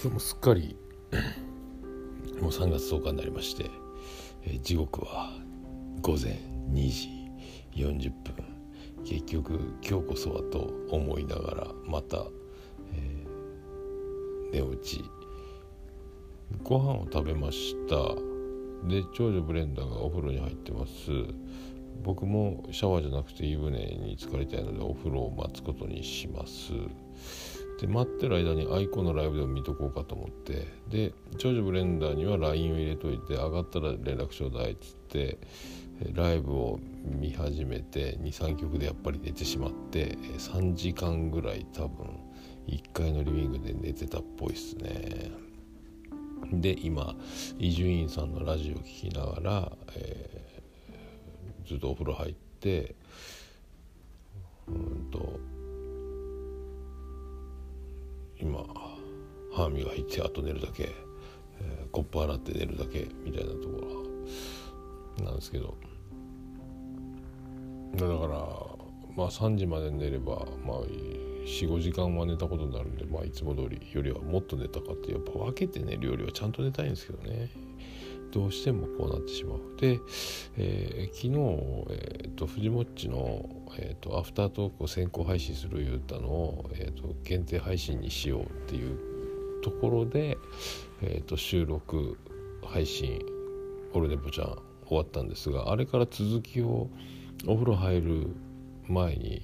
今日もすっかりもう3月10日になりまして、時刻は午前2時40分。結局今日こそはと思いながらまた、寝落ち。ご飯を食べました。で、長女ブレンダーがお風呂に入ってます。僕もシャワーじゃなくて湯船に浸かりたいのでお風呂を待つことにします。で、待ってる間にアイコンのライブでも見とこうかと思って、で長女ブレンダーには LINE を入れといて、上がったら連絡ちょうだいっつってライブを見始めて 2,3 曲でやっぱり寝てしまって、3時間ぐらい多分1階のリビングで寝てたっぽいっすね。で、今伊集院さんのラジオを聞きながら、ずっとお風呂入って今歯磨いてあと寝るだけ、コップ洗って寝るだけみたいなところなんですけど、だから3時まで寝れば4、5時間は寝たことになるんで、いつも通りよりはもっと寝たかって、やっぱ分けて寝るよりはちゃんと寝たいんですけどね、どうしてもこうなってしまう。で、昨日、フジモッチの、アフタートークを先行配信する言ったのを、限定配信にしようっていうところで、収録配信オルネポちゃん終わったんですが、あれから続きをお風呂入る前に、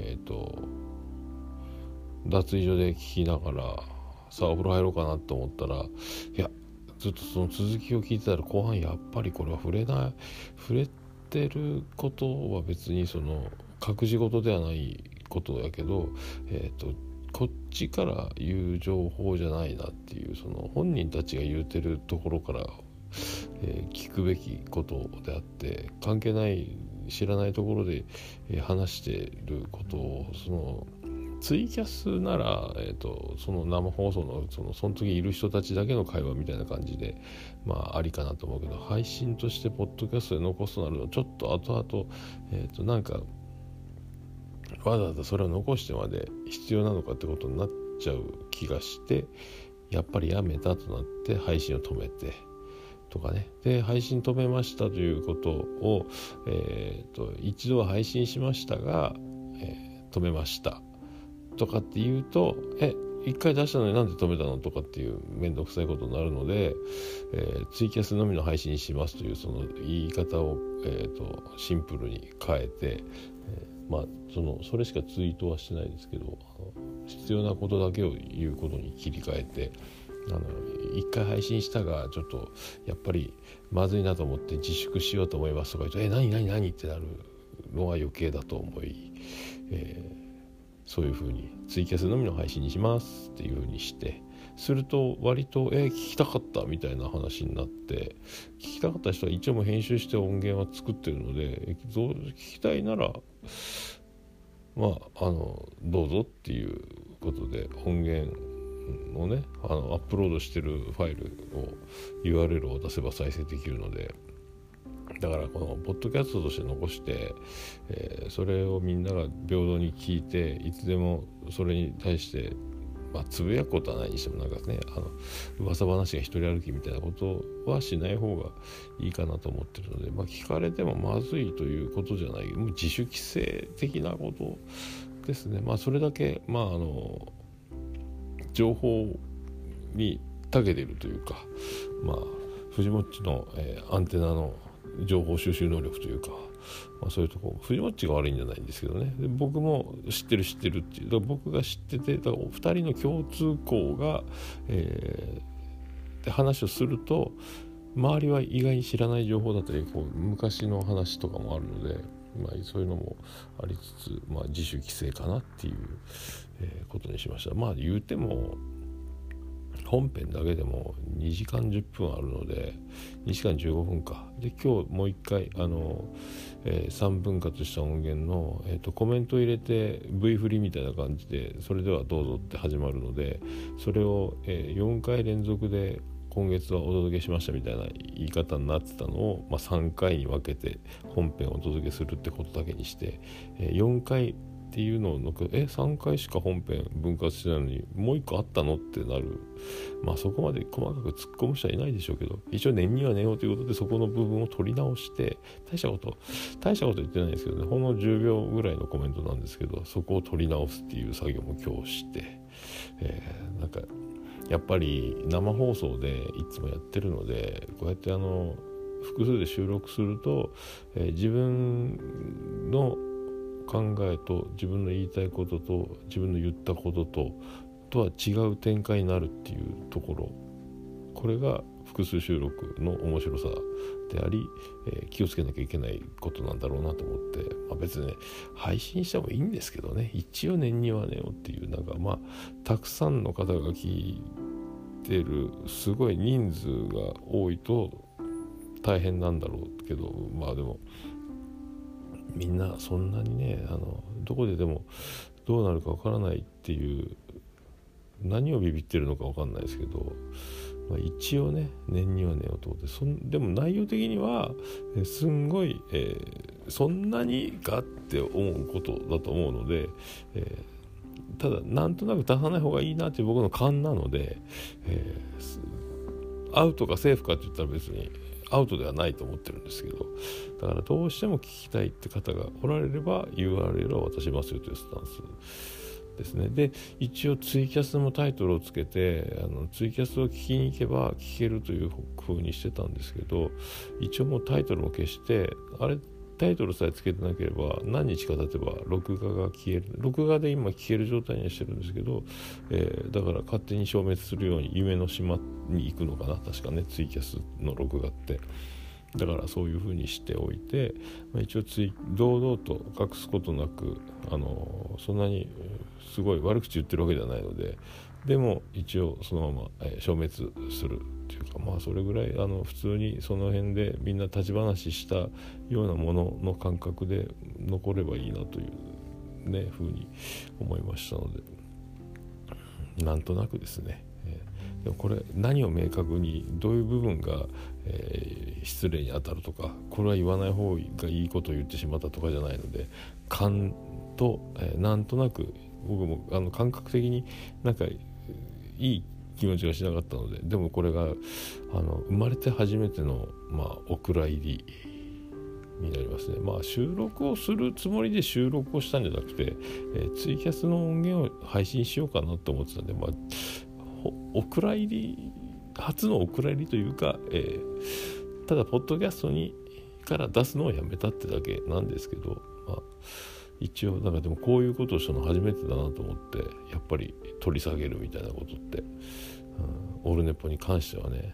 脱衣所で聞きながらさあお風呂入ろうかなと思ったら、いやずっとその続きを聞いてたら後半やっぱりこれは触れてることは別にその隠し事ではないことだけど、こっちから言う情報じゃないなっていう、その本人たちが言うてるところから、聞くべきことであって、関係ない知らないところで、話していることをそのツイキャスなら、その生放送のその時いる人たちだけの会話みたいな感じでありかなと思うけど、配信としてポッドキャストで残すとなるとちょっと後々、なんかわざわざそれを残してまで必要なのかってことになっちゃう気がして、やっぱりやめたとなって配信を止めてとかね。で、配信止めましたということを、一度は配信しましたが、止めましたとかって言うと、一回出したのになんで止めたのとかっていうめんどくさいことになるので、ツイキャスのみの配信しますというその言い方を、シンプルに変えて、それしかツイートはしてないですけど、必要なことだけを言うことに切り替えて、一回配信したがちょっとやっぱりまずいなと思って自粛しようと思いますとか言うと、何ってなるのは余計だと思い、そういう風にツイキャスのみの配信にしますっていう風にしてすると、割と聞きたかったみたいな話になって、聞きたかった人は一応も編集して音源は作ってるので、聞きたいならどうぞっていうことで音源をね、アップロードしてるファイルを URL を出せば再生できるので、だからこのポッドキャストとして残して、それをみんなが平等に聞いて、いつでもそれに対してつぶやくことはないにしても、なんかね、噂話が一人歩きみたいなことはしない方がいいかなと思ってるので、聞かれてもまずいということじゃない、もう自主規制的なことですね。それだけ情報に長けているというか、フジモッチの、アンテナの情報収集能力というか、そういうところ、フジモッチが悪いんじゃないんですけどね。で、僕も知ってるっていう、だから僕が知ってて、だからお二人の共通項が、で話をすると周りは意外に知らない情報だったり、昔の話とかもあるので、そういうのもありつつ、自主規制かなっていう、ことにしました。言うても本編だけでも2時間10分あるので2時間15分か。で、今日もう一回3分割した音源の、コメント入れて V 振りみたいな感じで、それではどうぞって始まるので、それを、4回連続で今月はお届けしましたみたいな言い方になってたのを、3回に分けて本編をお届けするってことだけにして、4回っていうのを3回しか本編分割してないのにもう1個あったのってなる。そこまで細かく突っ込む人はいないでしょうけど、一応念には念をということでそこの部分を取り直して、大したこと言ってないですけどね、ほんの10秒ぐらいのコメントなんですけど、そこを取り直すっていう作業も今日して、やっぱり生放送でいつもやってるので、こうやって複数で収録すると、自分の考えと自分の言いたいことと自分の言ったこととは違う展開になるっていうところ、これが複数収録の面白さであり、気をつけなきゃいけないことなんだろうなと思って、別にね配信してもいいんですけどね、一応念には念をっていう、たくさんの方が聞いてるすごい人数が多いと大変なんだろうけど、でもみんなそんなにねどこででもどうなるかわからないっていう、何をビビってるのかわかんないですけど、一応ね念には念をとってでも内容的にはすんごい、そんなにかって思うことだと思うので、ただなんとなく出さない方がいいなっていう僕の勘なので、アウトかセーフかって言ったら別にアウトではないと思ってるんですけど、だからどうしても聞きたいって方がおられれば URL を渡しますよというスタンスですね。で一応ツイキャスもタイトルをつけてツイキャスを聞きに行けば聞けるという風にしてたんですけど、一応もうタイトルも消して、タイトルさえつけてなければ何日か経てば録画が消える、録画で今聞ける状態にはしてるんですけど、だから勝手に消滅するように夢の島に行くのかな、確かねツイキャスの録画って。だからそういう風にしておいて、一応堂々と隠すことなくそんなにすごい悪口言ってるわけではないので、でも一応そのまま、消滅するっていうか、それぐらい普通にその辺でみんな立ち話したようなものの感覚で残ればいいなというね風に思いましたので、なんとなくですね、でもこれ何を明確にどういう部分が、失礼に当たるとか、これは言わない方がいいことを言ってしまったとかじゃないので、勘と、なんとなく僕も感覚的にいい気持ちがしなかったので、でもこれが生まれて初めての、お蔵入りになりますね。収録をするつもりで収録をしたんじゃなくて、ツイキャスの音源を配信しようかなと思ってたんで、お蔵入り初のお蔵入りというか、ただポッドキャストから出すのをやめたってだけなんですけど、一応でもこういうことをしたの初めてだなと思って、やっぱり取り下げるみたいなことって、オルネポに関してはね、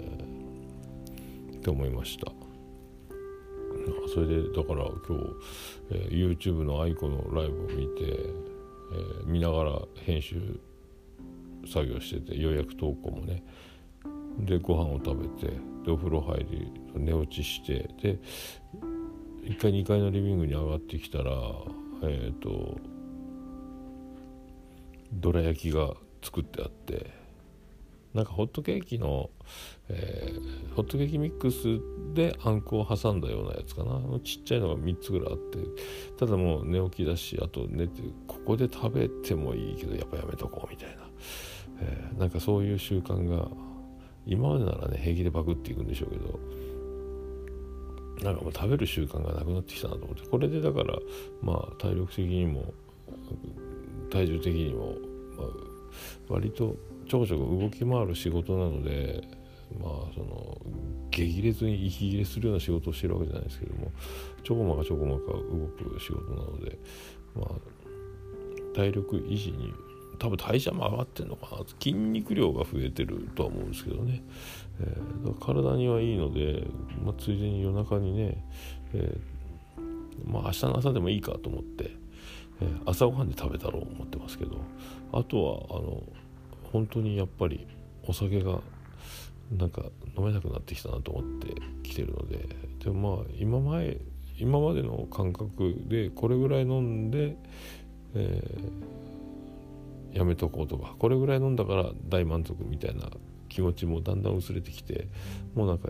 って思いました。それでだから今日、YouTube のアイコのライブを見て、見ながら編集作業してて、ようやく投稿もね、でご飯を食べて、でお風呂入り寝落ちして、で1回2階のリビングに上がってきたらどら焼きが作ってあって、ホットケーキの、ホットケーキミックスであんこを挟んだようなやつかな、ちっちゃいのが3つぐらいあって、ただもう寝起きだし、あと寝てここで食べてもいいけどやっぱやめとこうみたいな、そういう習慣が今までならね平気でバグっていくんでしょうけど、もう食べる習慣がなくなってきたなと思って、これでだから体力的にも体重的にも、割とちょこちょこ動き回る仕事なので、激烈に息切れするような仕事をしてるわけじゃないですけども、ちょこまか動く仕事なので、体力維持に多分代謝も上がってるのかな、筋肉量が増えてるとは思うんですけどね、体にはいいので、ついでに夜中にね、明日の朝でもいいかと思って、朝ごはんで食べたろう思ってますけど、あとは本当にやっぱりお酒が飲めなくなってきたなと思ってきてるので、でも今までの感覚でこれぐらい飲んで、やめとこうとか、これぐらい飲んだから大満足みたいな気持ちもだんだん薄れてきて、もう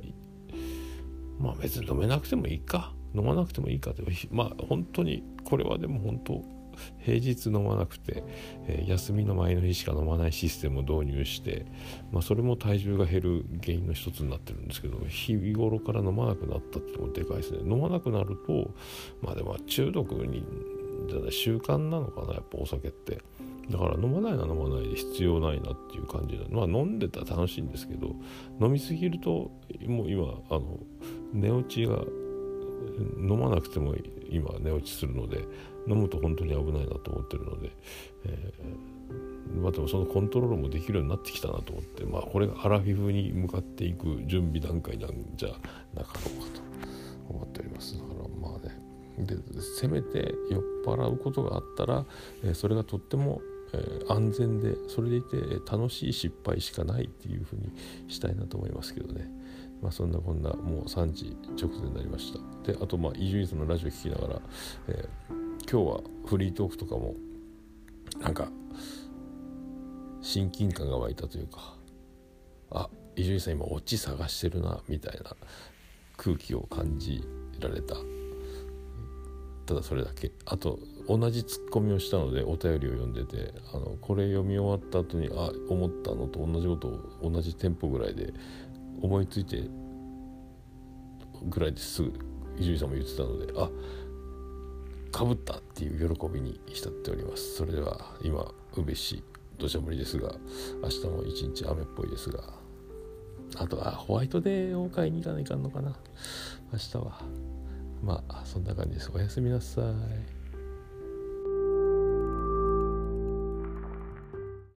別に飲めなくてもいいか、飲まなくてもいいかって、本当にこれはでも本当平日飲まなくて、休みの前の日しか飲まないシステムを導入して、それも体重が減る原因の一つになってるんですけど、日頃から飲まなくなったってのもでかいですね。飲まなくなるとでも中毒にじゃない習慣なのかな、やっぱお酒って。だから飲まないなら飲まないで必要ないなっていう感じで、飲んでたら楽しいんですけど、飲みすぎるともう今寝落ちが飲まなくても今寝落ちするので、飲むと本当に危ないなと思ってるので、でもそのコントロールもできるようになってきたなと思って、これがアラフィフに向かっていく準備段階なんじゃなかろうかと思っております。だからでせめて酔っ払うことがあったら、それがとっても安全で、それでいて楽しい失敗しかないっていう風にしたいなと思いますけどね。そんなこんなもう3時直前になりました。であと伊集院さんのラジオ聞きながら、今日はフリートークとかもなんか親近感が湧いたというか、伊集院さん今オチ探してるなみたいな空気を感じられた。ただそれだけ。あと同じツッコミをしたのでお便りを読んでて、これ読み終わった後に思ったのと同じことを同じテンポぐらいで思いついてぐらいですぐ伊集院さんも言ってたので、かぶったっていう喜びに浸っております。それでは今宇部市土砂降りですが、明日も一日雨っぽいですが、あとホワイトデーを買いに行かないかんのかな明日は。そんな感じです。おやすみなさい。